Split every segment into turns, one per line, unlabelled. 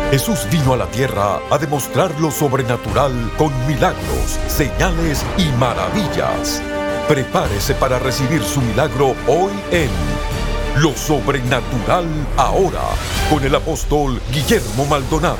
Jesús vino a la tierra a demostrar lo sobrenatural con milagros, señales y maravillas. Prepárese para recibir su milagro hoy en Lo Sobrenatural Ahora, con el apóstol Guillermo Maldonado.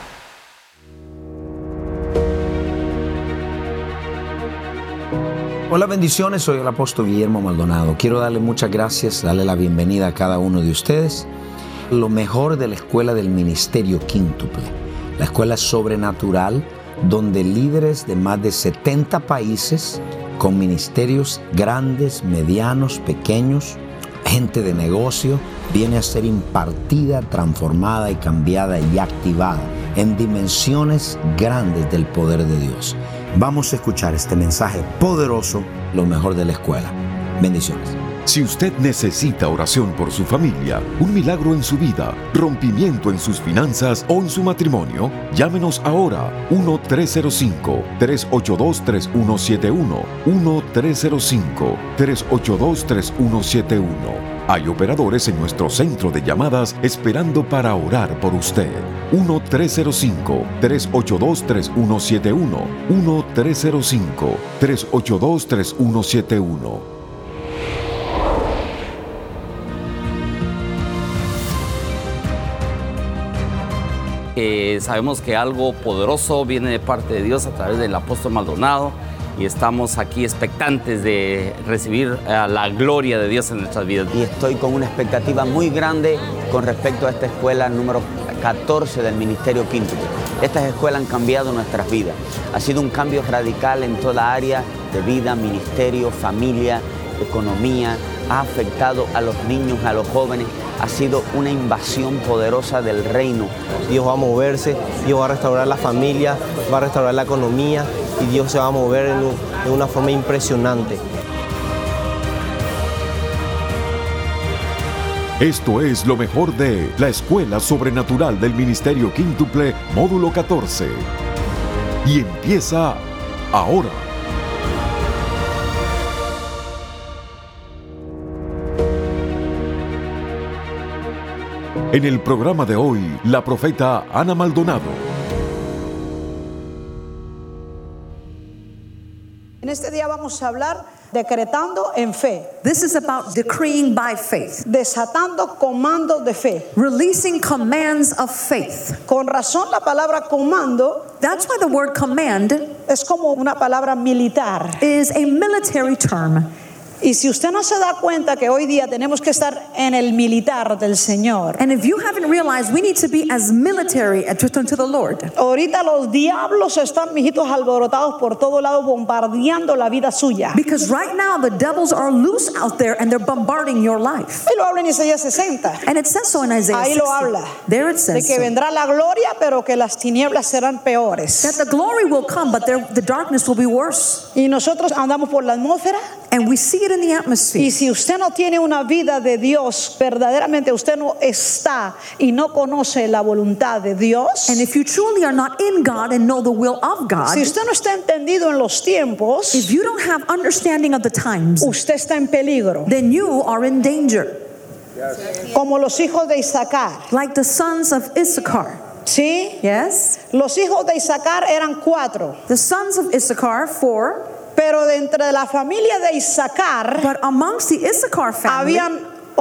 Hola, bendiciones, soy el apóstol Guillermo Maldonado. Quiero darle muchas gracias, darle la bienvenida a cada uno de ustedes. Lo mejor de la escuela del ministerio quíntuple, la escuela sobrenatural, donde líderes de más de 70 países, con ministerios grandes, medianos, pequeños, gente de negocio, viene a ser impartida, transformada y cambiada y activada en dimensiones grandes del poder de Dios. Vamos a escuchar este mensaje poderoso, lo mejor de la escuela. Bendiciones.
Si usted necesita oración por su familia, un milagro en su vida, rompimiento en sus finanzas o en su matrimonio, llámenos ahora 1-305-382-3171, 1-305-382-3171. Hay operadores en nuestro centro de llamadas esperando para orar por usted. 1-305-382-3171, 1-305-382-3171.
Sabemos que algo poderoso viene de parte de Dios a través del apóstol Maldonado y estamos aquí expectantes de recibir la gloria de Dios en nuestras vidas.
Y estoy con una expectativa muy grande con respecto a esta escuela número 14 del Ministerio Quíntuple. Estas escuelas han cambiado nuestras vidas. Ha sido un cambio radical en toda área de vida, ministerio, familia, economía. Ha afectado a los niños, a los jóvenes. Ha sido una invasión poderosa del reino.
Dios va a moverse, Dios va a restaurar la familia, va a restaurar la economía y Dios se va a mover de una forma impresionante.
Esto es lo mejor de la Escuela Sobrenatural del Ministerio Quíntuple, módulo 14. Y empieza ahora. En el programa de hoy, la profeta Ana Maldonado.
En este día vamos a hablar decretando en fe.
This is about decreeing by faith.
Desatando comandos de fe.
Releasing commands of faith.
Con razón la palabra comando,
that's why the word command
es como una palabra militar.
Is a military term.
Y si usted no se da cuenta que hoy día tenemos que estar en el militar del Señor.
And if you haven't realized, we need to be as military unto the Lord.
Ahorita los diablos están, mijitos, alborotados por todo lado, bombardeando la vida suya.
Because right now the devils are loose out there and they're bombarding your life.
Ahí lo habla en Isaías 60.
And it says so in Isaiah 60.
Ahí lo habla.
There it says
de que vendrá la gloria, pero que las tinieblas serán peores.
That the glory will come, but the darkness will be worse.
Y nosotros andamos por la atmósfera.
And we see it in the atmosphere.
Y si usted no tiene una vida de Dios, verdaderamente usted no está y no conoce la voluntad de Dios.
And if you truly are not in God and know the will of God,
si usted no está entendido en los tiempos,
if you don't have understanding of the times,
usted está en peligro.
Then you are in danger.
Como los hijos de Isaacar.
Like the sons of Issachar.
¿Sí?
Yes.
Los hijos de Isaacar eran 4.
The sons of Issachar, 4.
Pero de entre la familia de Isaacar,
but amongst the Issachar family,
habían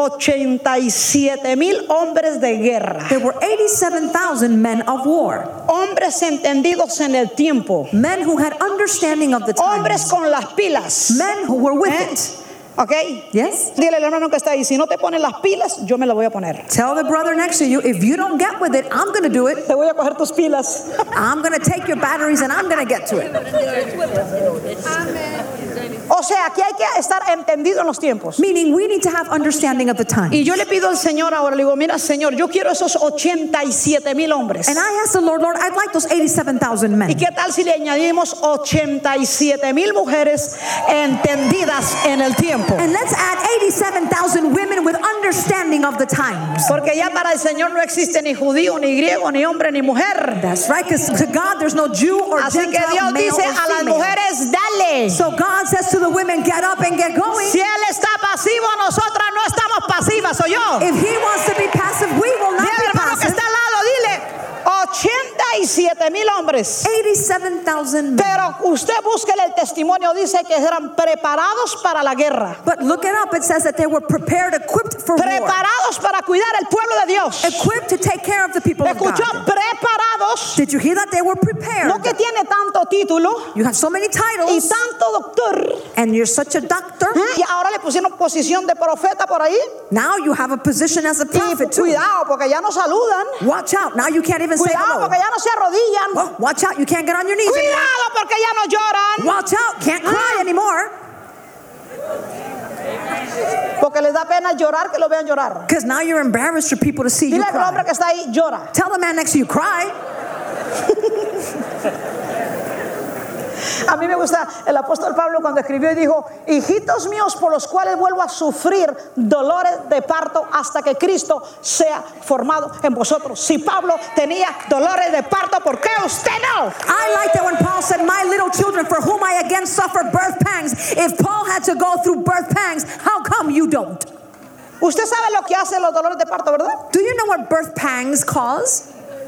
87,000 hombres de guerra.
There were 87,000 men of war.
Hombres entendidos en el tiempo.
Men who had understanding of the times.
Hombres con las pilas.
Men who were with it.
Okay?
Yes.
Dile al hermano que está ahí, si no te pones las pilas, yo me las voy a poner.
Tell the brother next to you, if you don't get with it, I'm going to do it.
Te voy a coger tus pilas.
I'm going to take your batteries and I'm going to get to it.
O sea, aquí hay que estar entendido en los tiempos.
Meaning we need to have understanding of the times.
Y yo le pido al Señor ahora, le digo, mira, Señor, yo quiero esos 87,000 hombres.
And I asked the Lord, I'd like those 87,000 men.
¿Y qué tal si le añadimos 87,000 mujeres entendidas en el tiempo?
And let's add 87,000 women with understanding of the times.
Porque ya para el Señor no existe ni judío, ni griego, ni hombre, ni mujer.
That's right, because to God there's no Jew or
Así
Gentile,
que Dios
male
dice
or
a las
female.
mujeres, dale.
So God says to the women, get up and get going.
Si Él está pasivo, nosotras no estamos pasivas, soy yo.
If He wants to be passive, we will not
Dile al
be
hermano que
passive.
está al lado, dile, 87,000 hombres.
87,000 men.
Pero usted búsquele el testimonio, dice que eran preparados para la guerra.
But look it up, it says that they were prepared, equipped for war.
Preparados para cuidar el pueblo de Dios.
Equipped to take care of the people of
Escuchó,
God.
preparados.
Did you hear that? They were prepared.
No que tiene tanto título
You have so many
y
titles,
tanto doctor.
and you're such a doctor.
Y ahora le pusieron posición de profeta por ahí.
Now you have a position as a
Y
prophet too.
cuidado, porque ya no saludan.
Watch out. Now you can't even say
Cuidado,
hello.
porque ya no se arrodillan.
Oh, watch out. You can't get on your knees anymore.
Cuidado, porque ya no lloran.
Watch out. Can't cry anymore.
Porque les da pena llorar, que lo vean llorar.
Because now you're embarrassed for people to see you
Dile al hombre
cry.
que está ahí, llora.
Tell the man next to you, cry.
A mí me gusta el apóstol Pablo cuando escribió y dijo: hijitos míos, por los cuales vuelvo a sufrir dolores de parto hasta que Cristo sea formado en vosotros. Si Pablo tenía dolores de parto, ¿por qué usted no?
I like that when Paul said, my little children for whom I again suffer birth pangs. If Paul had to go through birth pangs, how come you don't?
Usted sabe lo que hacen los dolores de parto, ¿verdad?
Do you know what birth pangs cause?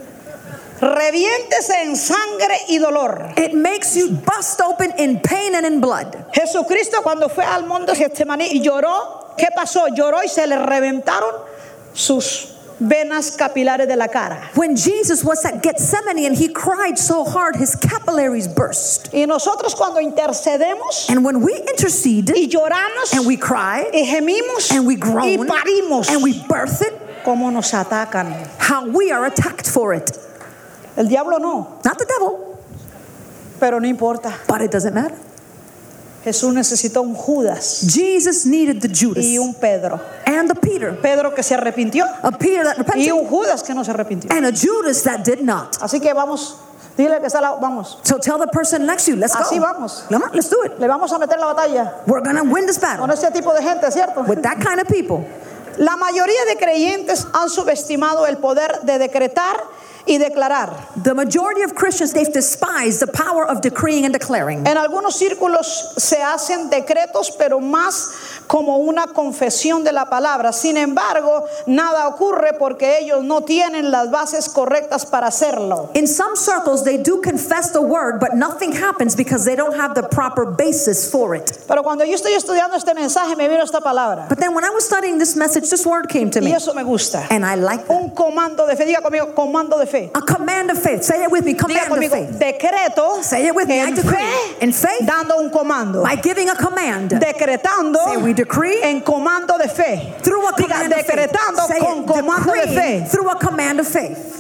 Reviéntese en sangre y dolor.
It makes you bust open in pain and in blood.
Jesucristo, cuando fue al monte Getsemaní y lloró, ¿qué pasó? Lloró y se le reventaron sus venas capilares de la cara.
When Jesus was at Gethsemane and he cried so hard, his capillaries burst.
Y nosotros cuando intercedemos
And when we intercede
y lloramos
and we cry
y gemimos
and we
y
groan
parimos,
and we birth it,
cómo nos atacan.
how we are attacked for it.
El diablo no,
Not the devil,
pero no importa.
but it doesn't matter.
Jesús necesitó un Judas
Jesus needed the Judas
y un Pedro.
and the Peter.
Pedro que se arrepintió
A Peter that
y
repented
un Judas que no se arrepintió.
and a Judas that did not.
Así que vamos, dile que está la, vamos.
So tell the person next to you, let's
Así
go.
vamos.
Come on, let's do it.
Le vamos a meter la batalla
We're going to win this
con
battle
ese tipo de gente, ¿cierto?
with that kind of people.
La mayoría de creyentes han subestimado el poder de decretar y declarar.
The majority of Christians, they've despised the power of decreeing and declaring.
En algunos círculos se hacen decretos, pero más como una confesión de la palabra. Sin embargo, nada ocurre porque ellos no tienen las bases correctas para hacerlo.
In some circles, they do confess the word, but nothing happens because they don't have the proper basis for it.
Pero cuando yo estoy estudiando este mensaje, me vino esta palabra.
But then when I was studying this message, this word came to
Y
me.
eso me gusta.
And I like that.
Un comando de fe. Diga conmigo, comando de fe.
A command of faith. Say it with me,
Diga
command of
conmigo,
faith.
decreto
Say it with me, I
en
decree.
fe,
In faith,
dando un comando.
by giving a command.
Decretando
Say we decree
en comando de fe.
through a
Diga,
command of faith.
decretando
Say
con
it,
comando de
decreeing
fe.
through a command of faith.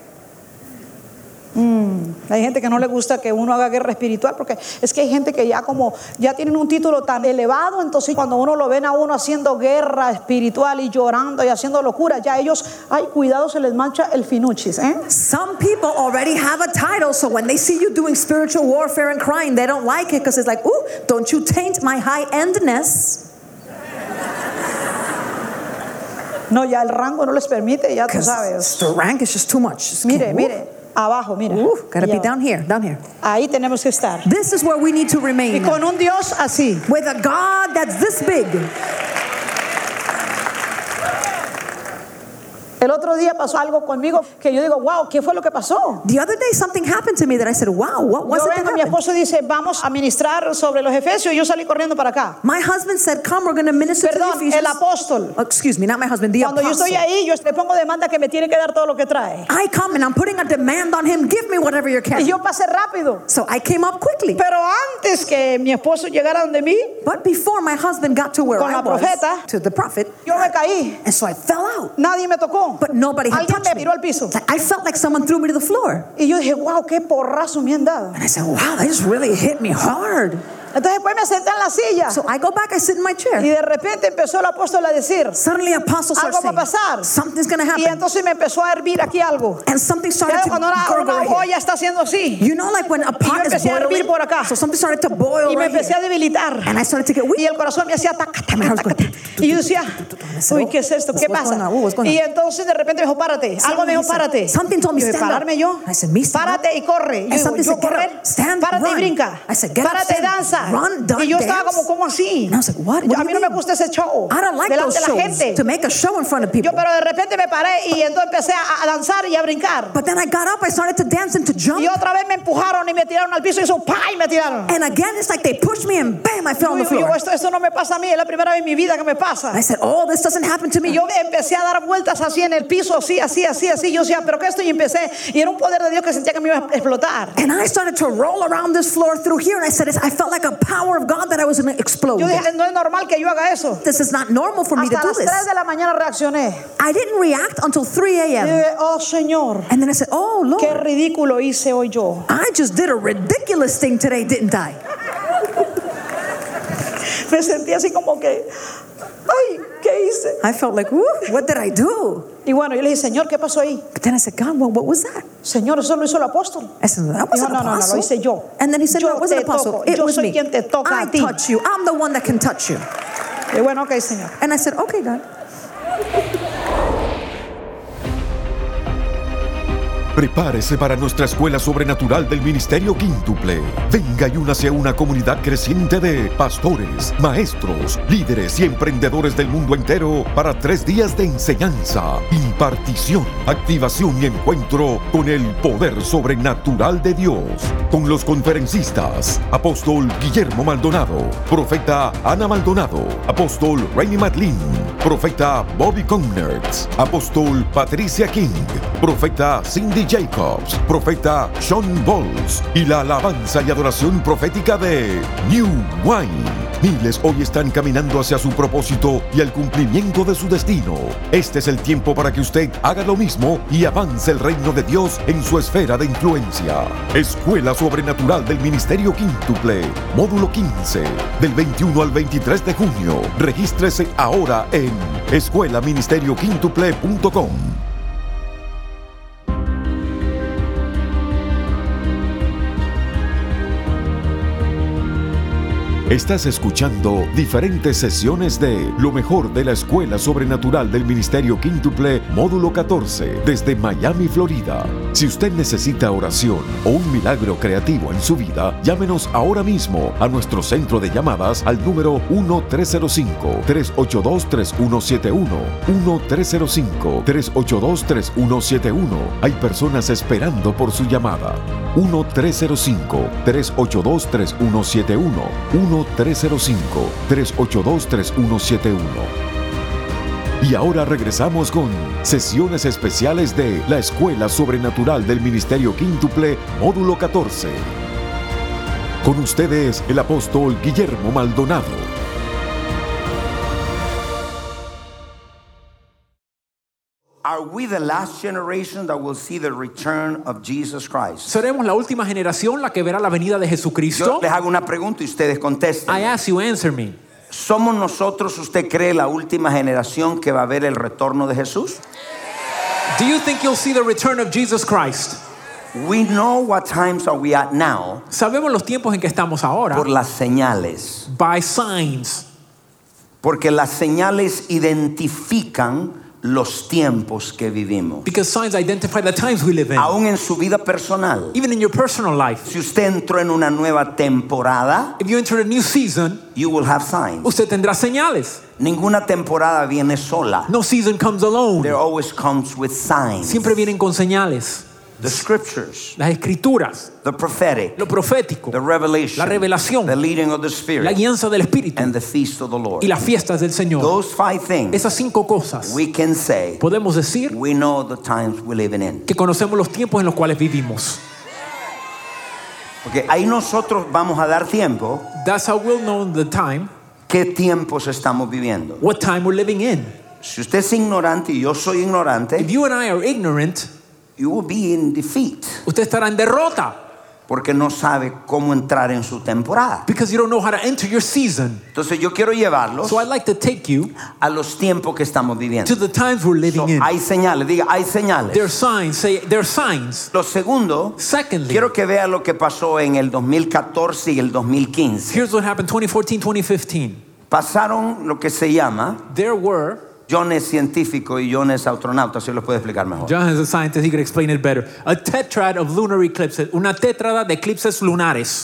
Hay gente que no le gusta que uno haga guerra espiritual porque es que hay gente que ya tienen un título tan elevado, entonces cuando uno lo ven a uno haciendo guerra espiritual y llorando y haciendo locura, ya ellos, ay, cuidado, se les mancha el finuchis, ¿eh?
Some people already have a title, so when they see you doing spiritual warfare and crying, they don't like it because it's like, ooh, don't you taint my high-endness.
No, ya el rango no les permite, ya tú
Because
sabes.
the rank is just too much. Just
Mire,
can't-
mire, abajo, mira.
Gotta be
Ya.
down here, down here.
Ahí tenemos que estar.
This is where we need to
Y
remain.
con un Dios así.
With a God that's this big.
El otro día pasó algo conmigo que yo digo, wow, ¿qué fue lo que pasó?
The other day something happened to me that I said, wow, what was
Yo
it that
vengo, mi
happened?
esposo dice, vamos a ministrar sobre los Efesios, y yo salí corriendo para acá.
My husband said, come, we're going to minister to the
Perdón,
Ephesians.
el apóstol.
Oh, excuse me, not my husband, the
Cuando yo
apostle.
estoy ahí, yo le pongo demanda que me tiene que dar todo lo que trae.
I come and I'm putting a demand on him, give me whatever you're
Y
carrying.
yo pasé rápido.
So I came up quickly.
Pero antes que mi esposo llegara donde mí,
But before my husband got to where
Con
I
la
was,
profeta.
to the prophet,
yo me caí.
and so I fell out.
Nadie me tocó.
But nobody had
Alguien
touched
me
me.
tiró al piso.
Like, I felt like someone threw me to the floor.
Y yo dije, wow, qué porrazo me han dado.
And I said, wow, that just really hit me hard.
Entonces después me senté en la silla.
So I go back, I sit in my
Y
chair.
de repente empezó el apóstol a decir,
Suddenly apostle starts
algo va a
saying,
pasar.
something's going to
Y
happen.
entonces me empezó a hervir aquí algo.
And something started
Ya
to
cuando una
gurgle right here.
olla está haciendo así.
You know, like when a pot is
empecé a hervir
boiling,
por acá.
so something started to boil
Y me
right
empecé a
here.
debilitar.
And I started to get
Y
weak.
el corazón me hacía taca, taca,
And my heart was
taca, taca. Y yo decía, uy, ¿qué es esto? ¿Qué
What's going
pasa?
on? What's going on?
Y entonces de repente me dijo, párate. Algo me dijo, párate.
Something told me,
Y yo,
stand up.
¿pararme yo?
I said, me stand
Párate y corre.
And
Yo digo,
something
yo
said, get
correr.
up, stand,
Párate y
run.
brinca.
I said, get up,
Párate y
stand,
danza. bailar. Y yo estaba como, ¿cómo así?
And I was like, what? What
A
do
mí
you
no me
mean?
gusta ese show.
I don't like
delante
those
de la
shows
gente.
to make a show in front of people.
Yo, pero de repente me paré y entonces empecé a danzar y a brincar.
But then I got up, I started to dance and to jump.
Y otra vez me empujaron y me tiraron al piso y hizo ¡pah! Y me tiraron.
And again, it's like they pushed me and bam, I fell on the
Yo,
floor.
esto no me pasa a mí, es la primera vez en mi vida que me pasa.
I said, oh, this doesn't happen to
Y
me.
yo empecé a dar vueltas así en el piso, así. Yo decía, ¿pero qué esto? Y empecé, y era un poder de Dios que sentía que me iba a explotar.
And I started to roll around this floor through here, and I said, I felt like a power of God that I was going to explode.
Yo dije, no es normal que yo haga eso.
This is not normal for me to
Hasta
do
las 3
this.
de la mañana reaccioné.
I didn't react until 3
Y
a.m.
dije, oh Señor,
And then I said, oh,
qué
Lord,
ridículo hice hoy yo.
I just did a ridiculous thing today, didn't I?
Me sentí así como que, ay, ¿qué hice?
I felt like, woo, what did I do?
Y bueno, yo le dije, Señor, ¿qué pasó ahí?
But then I said, God, what was that?
Señor, eso lo hizo el apóstol.
I said, that wasn't
Dijo,
an
no,
apostle.
lo hice yo.
And then he said,
Yo
no, it wasn't
te
an apostle.
toco.
It
Yo
was
soy
me.
quien te toca
I
a ti.
touch you. I'm the one that can touch you.
Y bueno, ok, Señor.
And I said, okay, God.
Prepárese para nuestra escuela sobrenatural del Ministerio Quíntuple. Venga y únase a una comunidad creciente de pastores, maestros, líderes y emprendedores del mundo entero para 3 días de enseñanza, impartición, activación y encuentro con el poder sobrenatural de Dios. Con los conferencistas, Apóstol Guillermo Maldonado, Profeta Ana Maldonado, Apóstol Rainy Matlin, Profeta Bobby Connertz, Apóstol Patricia King, Profeta Cindy Jacobs, Profeta Sean Bowles y la alabanza y adoración profética de New Wine. Miles hoy están caminando hacia su propósito y al cumplimiento de su destino. Este es el tiempo para que usted haga lo mismo y avance el reino de Dios en su esfera de influencia. Escuela Sobrenatural del Ministerio Quíntuple, módulo 15, del 21 al 23 de junio. Regístrese ahora en escuelaministerioquíntuple.com. Estás escuchando diferentes sesiones de lo mejor de la Escuela Sobrenatural del Ministerio Quíntuple, módulo 14, desde Miami, Florida. Si usted necesita oración o un milagro creativo en su vida, llámenos ahora mismo a nuestro centro de llamadas al número 1-305-382-3171. 1-305-382-3171. Hay personas esperando por su llamada. 1-305-382-3171. 1-305-382-3171. Y ahora regresamos con sesiones especiales de la Escuela Sobrenatural del Ministerio Quíntuple, módulo 14. Con ustedes, el apóstol Guillermo Maldonado.
Are we the last generation that will see the return of Jesus Christ?
¿Seremos la última generación la que verá la venida de
Yo
Jesucristo?
les hago una pregunta y ustedes contesten.
I ask you, answer me.
¿Somos nosotros, usted cree, la última generación que va a ver el retorno de Jesús?
Do you think you'll see the return of Jesus Christ?
We know what times are we at now
Sabemos los tiempos en que estamos ahora
por las señales.
by signs.
Porque las señales identifican los tiempos que vivimos.
Because signs identify the times we live in.
Aún en su vida personal.
Even in your personal life.
Si usted entró en una nueva temporada,
If you enter a new season,
you will have signs.
usted tendrá señales.
Ninguna temporada viene sola.
No season comes alone.
There always comes with signs.
Siempre vienen con señales.
The scriptures,
Las escrituras,
the prophetic,
lo profético,
the revelation,
la revelación,
the leading of the
la
Spirit,
guianza del Espíritu
and the feast of the Lord.
y las fiestas del Señor.
Those 5 things,
Esas 5 cosas
we can say,
podemos decir
we know the times we're living in.
que conocemos los tiempos en los cuales vivimos.
Porque ahí nosotros vamos a dar tiempo.
That's how we'll know the time,
¿Qué tiempos estamos viviendo?
what time we're living in.
Si usted es ignorante y yo soy
If
ignorante,
you and I are ignorant,
you will be in defeat.
usted estará en derrota
Porque no sabe cómo entrar en su temporada.
because you don't know how to enter your season.
Entonces yo quiero llevarlos
So I'd like to take you
a los tiempos que estamos viviendo.
to the times we're living in.
Hay señales, diga, hay señales.
There are signs, say there are signs.
Lo segundo,
Secondly,
quiero que vea lo que pasó en el 2014 y el 2015.
here's what happened 2014, 2015.
Pasaron lo que se llama,
There were,
John es científico y John es astronauta, si lo puede explicar mejor.
John is a scientist, he could explain it better. A tetrad of lunar eclipses, una tétrada de eclipses lunares.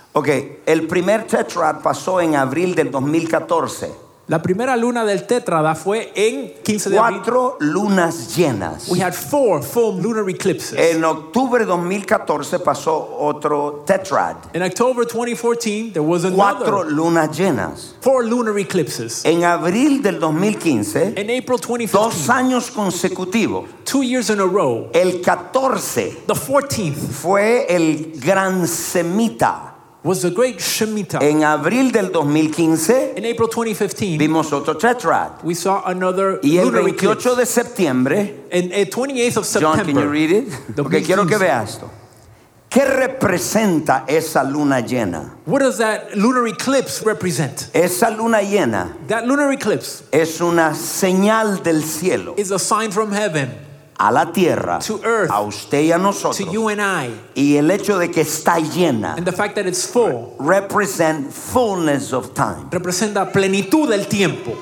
Ok, el primer tetrad pasó en abril del 2014.
La primera luna del tétrada fue en 15 de abril.
4 lunas llenas.
We had 4 full lunar eclipses.
En octubre 2014 pasó otro tetrad.
In October 2014, there was
4
another
lunas llenas.
4 lunar eclipses.
En abril del 2015,
In April
2
2015,
años consecutivos.
2 years in a row,
El 14
the 14th
fue el gran semita.
was the Great Shemitah.
En abril del 2015
In April 2015,
vimos otro tetrad.
we saw another
Y el
lunar
28
eclipse.
de septiembre,
And 28th of
John,
September,
can you read it? Porque quiero que vea esto. ¿Qué representa esa luna llena?
what does that lunar eclipse represent?
Esa luna llena
That lunar eclipse
es una señal del cielo
is a sign from heaven
a la tierra,
to earth,
a usted y a
to
nosotros.
you and I.
Y el hecho de que está llena
And the fact that it's full
represent fullness of time.
representa plenitud del tiempo.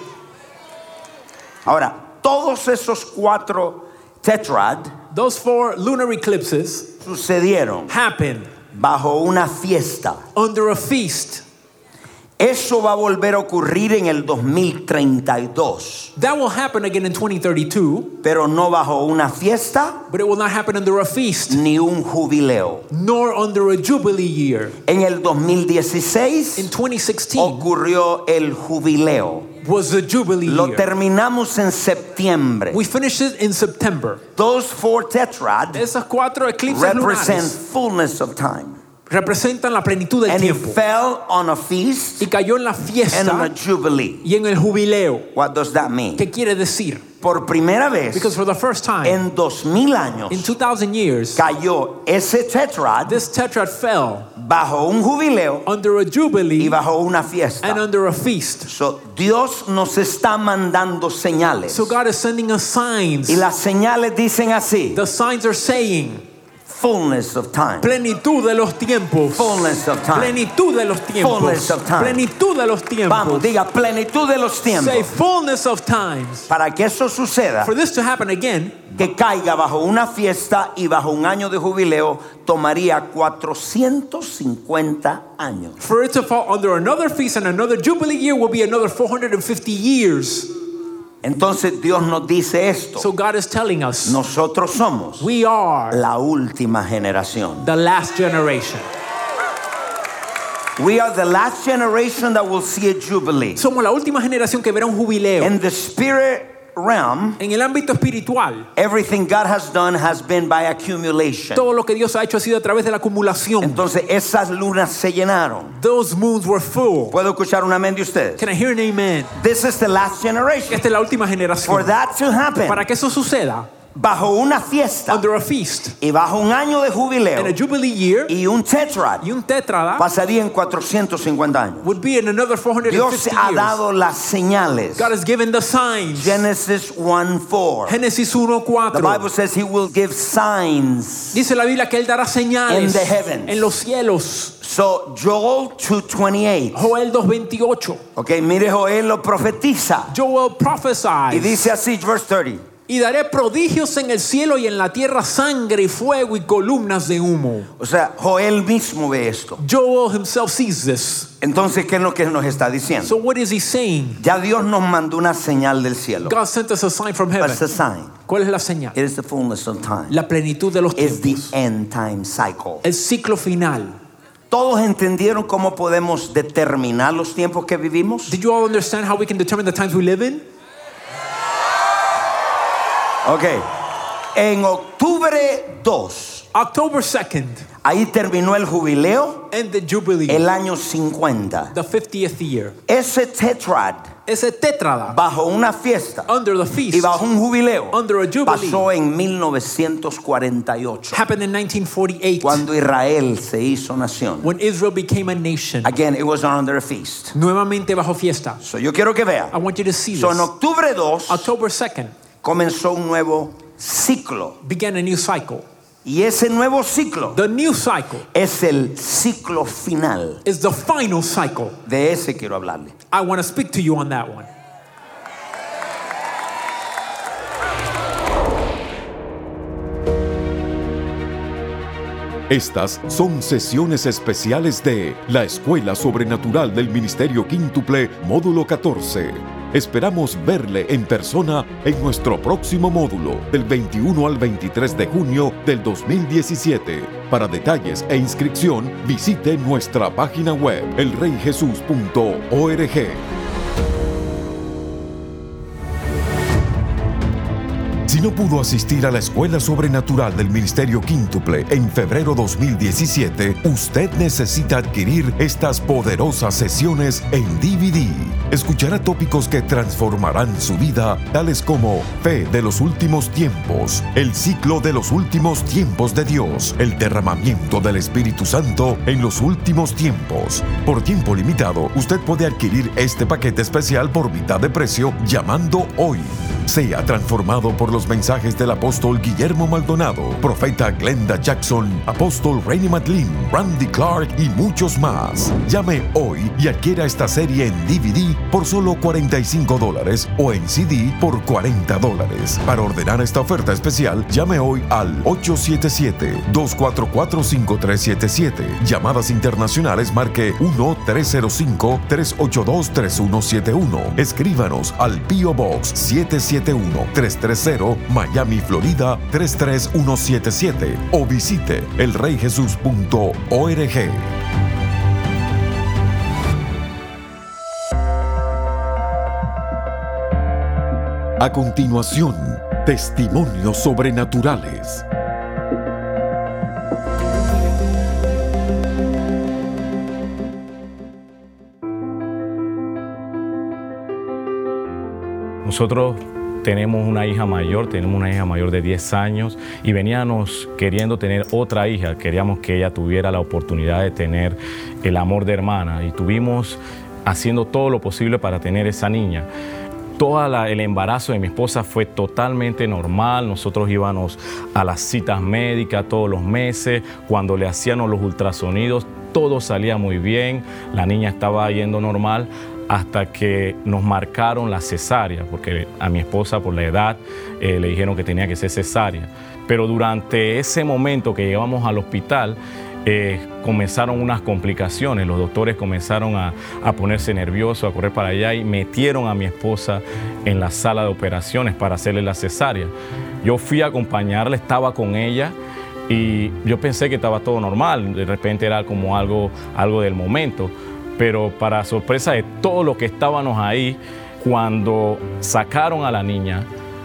Ahora, todos esos 4 tetrad
Those 4 lunar eclipses
sucedieron
happen
bajo una fiesta.
under a feast.
Eso va a volver a ocurrir en el 2032,
That will happen again in 2032,
pero no bajo una fiesta
but it will not happen under a feast,
ni un jubileo.
nor under a jubilee year.
En el 2016
In 2016
ocurrió el jubileo.
was the jubilee
Lo
year.
terminamos en septiembre.
We finished it in September.
Those 4 tetrad
Esas 4 eclipses
represent
lunares
fullness of time.
representan la plenitud del
And it
tiempo.
fell on a feast
Y cayó en la
and on a
fiesta
jubilee.
y en el jubileo.
What does that mean?
¿Qué quiere decir?
Por primera vez
Because for the first time
en 2000 años
in 2000 years,
cayó ese tetrad
this tetrad fell
bajo un jubileo
under a
y
jubilee
bajo una
and
fiesta.
under a feast.
So, Dios nos está mandando señales.
So God is sending us signs.
Y las señales dicen así:
The signs are saying
fullness of time.
plenitud de los tiempos.
Fullness of time.
Plenitud de los tiempos.
Fullness of time.
Plenitud de los tiempos.
Vamos, diga plenitud de los tiempos.
Say fullness of times.
Para que eso suceda,
For this to happen again,
que caiga bajo una fiesta y bajo un año de jubileo, tomaría 450 años.
for it to fall under another feast and another jubilee year will be another 450 years.
Entonces Dios nos dice esto:
So God is telling us
nosotros somos
we are
la última generación.
the last generation.
We are the last generation that will see a jubilee.
Somos la última generación que verá un jubileo.
In the spirit realm,
En el ámbito espiritual,
everything God has done has been by accumulation.
todo lo que Dios ha hecho ha sido a través de la acumulación.
Entonces esas lunas se llenaron.
Those moons were full.
¿Puedo escuchar un amén de ustedes?
Can I hear an amen?
This is the last generation.
Esta es la última
For
generación.
that to happen,
Para que eso suceda,
bajo una fiesta
under a feast
y bajo un año de jubileo
and a jubilee year
y un tetrad,
y un tétrada
pasaría en 450 años.
would be in another 450
Dios ha
years.
dado las señales.
God has given the signs.
Genesis 1:4.
Génesis
The
1:4.
Bible says he will give signs.
Dice la Biblia que él dará señales
In the heavens.
en los cielos.
So Joel 2:28.
Joel 2:28.
Ok, mire, Joel lo profetiza.
Joel
Y
prophesies.
dice así, verse 30.
Y daré prodigios en el cielo y en la tierra, sangre y fuego y columnas de humo.
O sea, Joel mismo ve esto.
Joel himself sees this.
Entonces, ¿qué es lo que nos está diciendo?
So what is he saying?
Ya Dios nos mandó una señal del cielo.
God sent us a sign from heaven.
What's the sign?
¿Cuál es la señal?
It is the fullness of time.
La plenitud de los
It's the
tiempos.
end time cycle.
El ciclo final.
¿Todos entendieron cómo podemos determinar los tiempos que vivimos?
Did you all understand how we can determine the times we live in?
Ok. En octubre 2,
October 2nd,
ahí terminó el jubileo,
and the jubilee,
el año 50.
the 50th year.
Ese tetrad,
Ese tétrada,
bajo una fiesta
under the
y
feast,
bajo un jubileo,
under a jubilee,
pasó en 1948,
happened in 1948
cuando Israel se hizo nación.
when Israel became a nation.
Again, it was under a feast.
Nuevamente bajo fiesta.
So, yo quiero que vea.
I want you to see
So, en
this.
octubre 2
October 2nd
comenzó un nuevo ciclo.
began a new cycle.
Y ese nuevo ciclo
The new cycle
es el ciclo final.
is the final cycle.
De ese quiero hablarle.
I want to speak to you on that one.
Estas son sesiones especiales de la Escuela Sobrenatural del Ministerio Quíntuple, módulo 14. Esperamos verle en persona en nuestro próximo módulo, del 21 al 23 de junio del 2017. Para detalles e inscripción, visite nuestra página web, elreyjesus.org. Si no pudo asistir a la Escuela Sobrenatural del Ministerio Quíntuple en febrero 2017, usted necesita adquirir estas poderosas sesiones en DVD. Escuchará tópicos que transformarán su vida, tales como Fe de los últimos tiempos, el ciclo de los últimos tiempos de Dios, el derramamiento del Espíritu Santo en los últimos tiempos. Por tiempo limitado, usted puede adquirir este paquete especial por mitad de precio llamando hoy. Sea transformado por los mensajes del apóstol Guillermo Maldonado, profeta Glenda Jackson, apóstol Rainy McLean, Randy Clark y muchos más. Llame hoy y adquiera esta serie en DVD por solo $45 o en CD por $40. Para ordenar esta oferta especial, llame hoy al 877-244-5377. Llamadas internacionales marque 1-305-382-3171. Escríbanos al P.O. Box 771-330 Miami, Florida 33177 o visite elreyjesus.org. A continuación, testimonios sobrenaturales.
Nosotros tenemos una hija mayor de 10 años y veníamos queriendo tener otra hija. Queríamos que ella tuviera la oportunidad de tener el amor de hermana y tuvimos haciendo todo lo posible para tener esa niña. Todo el embarazo de mi esposa fue totalmente normal. Nosotros íbamos a las citas médicas todos los meses. Cuando le hacíamos los ultrasonidos, todo salía muy bien. La niña estaba yendo normal hasta que nos marcaron la cesárea, porque a mi esposa por la edad le dijeron que tenía que ser cesárea. Pero durante ese momento que llegamos al hospital, comenzaron unas complicaciones. Los doctores comenzaron a ponerse nerviosos, a correr para allá y metieron a mi esposa en la sala de operaciones para hacerle la cesárea. Yo fui a acompañarla, estaba con ella y yo pensé que estaba todo normal. De repente era como algo del momento. Pero para sorpresa de todos los que estábamos ahí, cuando sacaron a la niña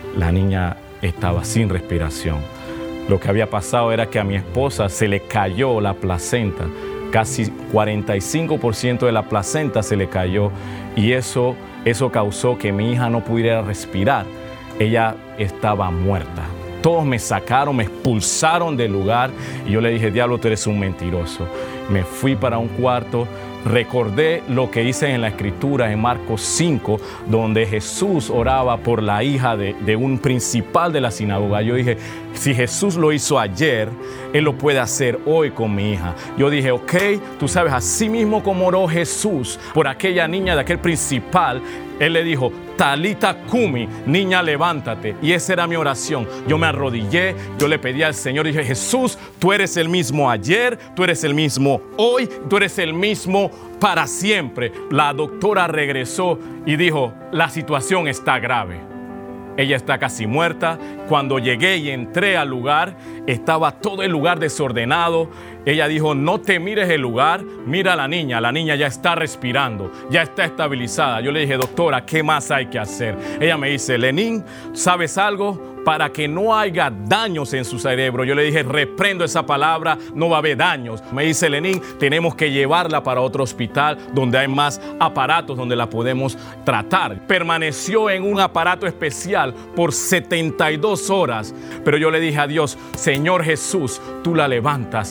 estaba sin respiración. Lo que había pasado era que a mi esposa se le cayó la placenta, casi 45% de la placenta se le cayó y eso causó que mi hija no pudiera respirar. Ella estaba muerta. Todos me sacaron, me expulsaron del lugar y yo le dije, diablo, tú eres un mentiroso. Me fui para un cuarto. Recordé lo que dice en la Escritura en Marcos 5, donde Jesús oraba por la hija de un principal de la sinagoga. Yo dije, si Jesús lo hizo ayer, Él lo puede hacer hoy con mi hija. Yo dije, ok, tú sabes, así mismo como oró Jesús por aquella niña de aquel principal, Él le dijo, Talita Kumi, niña, levántate. Y esa era mi oración. Yo me arrodillé, yo le pedí al Señor y dije, Jesús, tú eres el mismo ayer, tú eres el mismo hoy, tú eres el mismo para siempre. La doctora regresó y dijo, la situación está grave. Ella está casi muerta. Cuando llegué y entré al lugar, estaba todo el lugar desordenado. Ella dijo, no te mires el lugar, mira a la niña ya está respirando, ya está estabilizada. Yo le dije, doctora, ¿qué más hay que hacer? Ella me dice, Lenín, ¿sabes algo? Para que no haya daños en su cerebro. Yo le dije, reprendo esa palabra, no va a haber daños. Me dice, Lenín, tenemos que llevarla para otro hospital donde hay más aparatos donde la podemos tratar. Permaneció en un aparato especial por 72 horas. Pero yo le dije a Dios, Señor Jesús, tú la levantas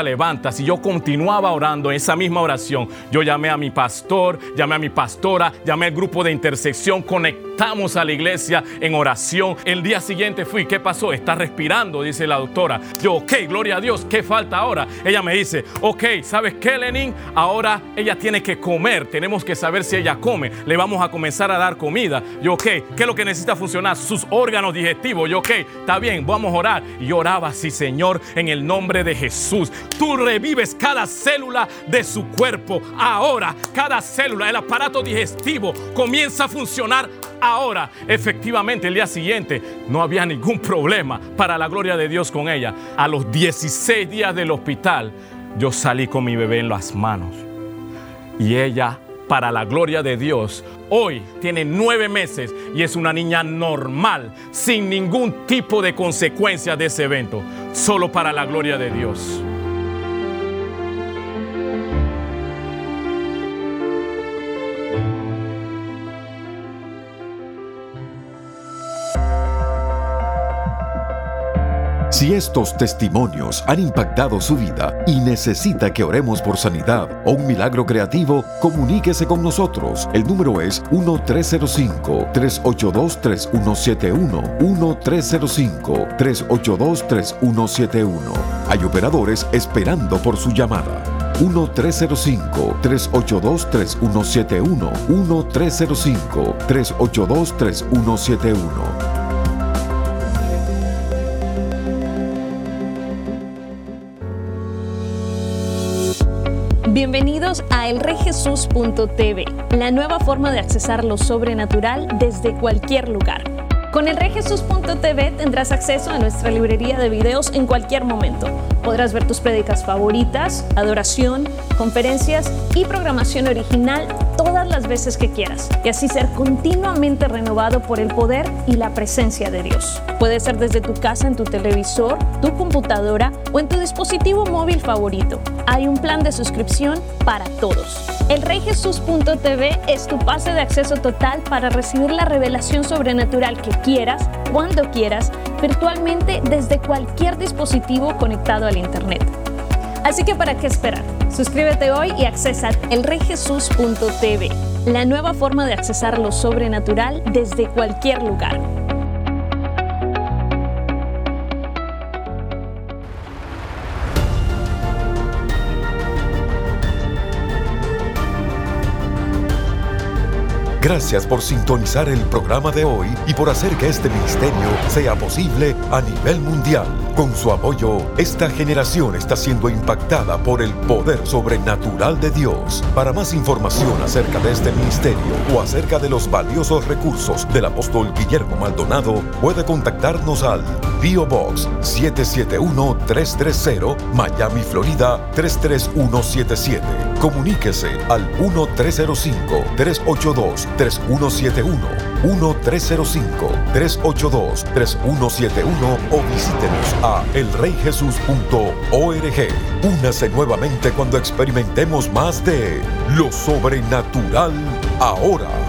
levantas. Y yo continuaba orando en esa misma oración. Yo llamé a mi pastor, llamé a mi pastora, llamé al grupo de intercesión, conectamos a la iglesia en oración. El día siguiente fui, ¿qué pasó? Está respirando, dice la doctora. Yo, ok, gloria a Dios, ¿qué falta ahora? Ella me dice, ok, ¿sabes qué, Lenín? Ahora ella tiene que comer, tenemos que saber si ella come, le vamos a comenzar a dar comida. Yo, ok, ¿qué es lo que necesita funcionar? Sus órganos digestivos. Yo, ok, está bien, vamos a orar. Y yo oraba así, Señor, en el nombre de Jesús. Tú revives cada célula de su cuerpo. Ahora, cada célula, el aparato digestivo comienza a funcionar ahora. Efectivamente, el día siguiente no había ningún problema, para la gloria de Dios, con ella. A los 16 días del hospital, yo salí con mi bebé en las manos. Y ella, para la gloria de Dios, hoy tiene 9 meses y es una niña normal, sin ningún tipo de consecuencia de ese evento. Solo para la gloria de Dios.
Si estos testimonios han impactado su vida y necesita que oremos por sanidad o un milagro creativo, comuníquese con nosotros. El número es 1-305-382-3171. 1-305-382-3171. Hay operadores esperando por su llamada. 1-305-382-3171. 1-305-382-3171.
Bienvenidos a elreyjesus.tv, la nueva forma de accesar lo sobrenatural desde cualquier lugar. Con elreyjesus.tv tendrás acceso a nuestra librería de videos en cualquier momento. Podrás ver tus prédicas favoritas, adoración, conferencias y programación original todas las veces que quieras, y así ser continuamente renovado por el poder y la presencia de Dios. Puede ser desde tu casa, en tu televisor, tu computadora o en tu dispositivo móvil favorito. Hay un plan de suscripción para todos. elreyjesus.tv es tu pase de acceso total para recibir la revelación sobrenatural que quieras, cuando quieras, virtualmente desde cualquier dispositivo conectado al Internet. Así que ¿para qué esperar? Suscríbete hoy y accesa elreyjesus.tv, la nueva forma de accesar lo sobrenatural desde cualquier lugar.
Gracias por sintonizar el programa de hoy y por hacer que este ministerio sea posible a nivel mundial. Con su apoyo, esta generación está siendo impactada por el poder sobrenatural de Dios. Para más información acerca de este ministerio o acerca de los valiosos recursos del apóstol Guillermo Maldonado, puede contactarnos al P.O. Box 771-330, Miami, Florida 33177. Comuníquese al 1-305-382-3171, 1-305-382-3171 o visítenos a elreyjesus.org. Únase nuevamente cuando experimentemos más de lo sobrenatural ahora.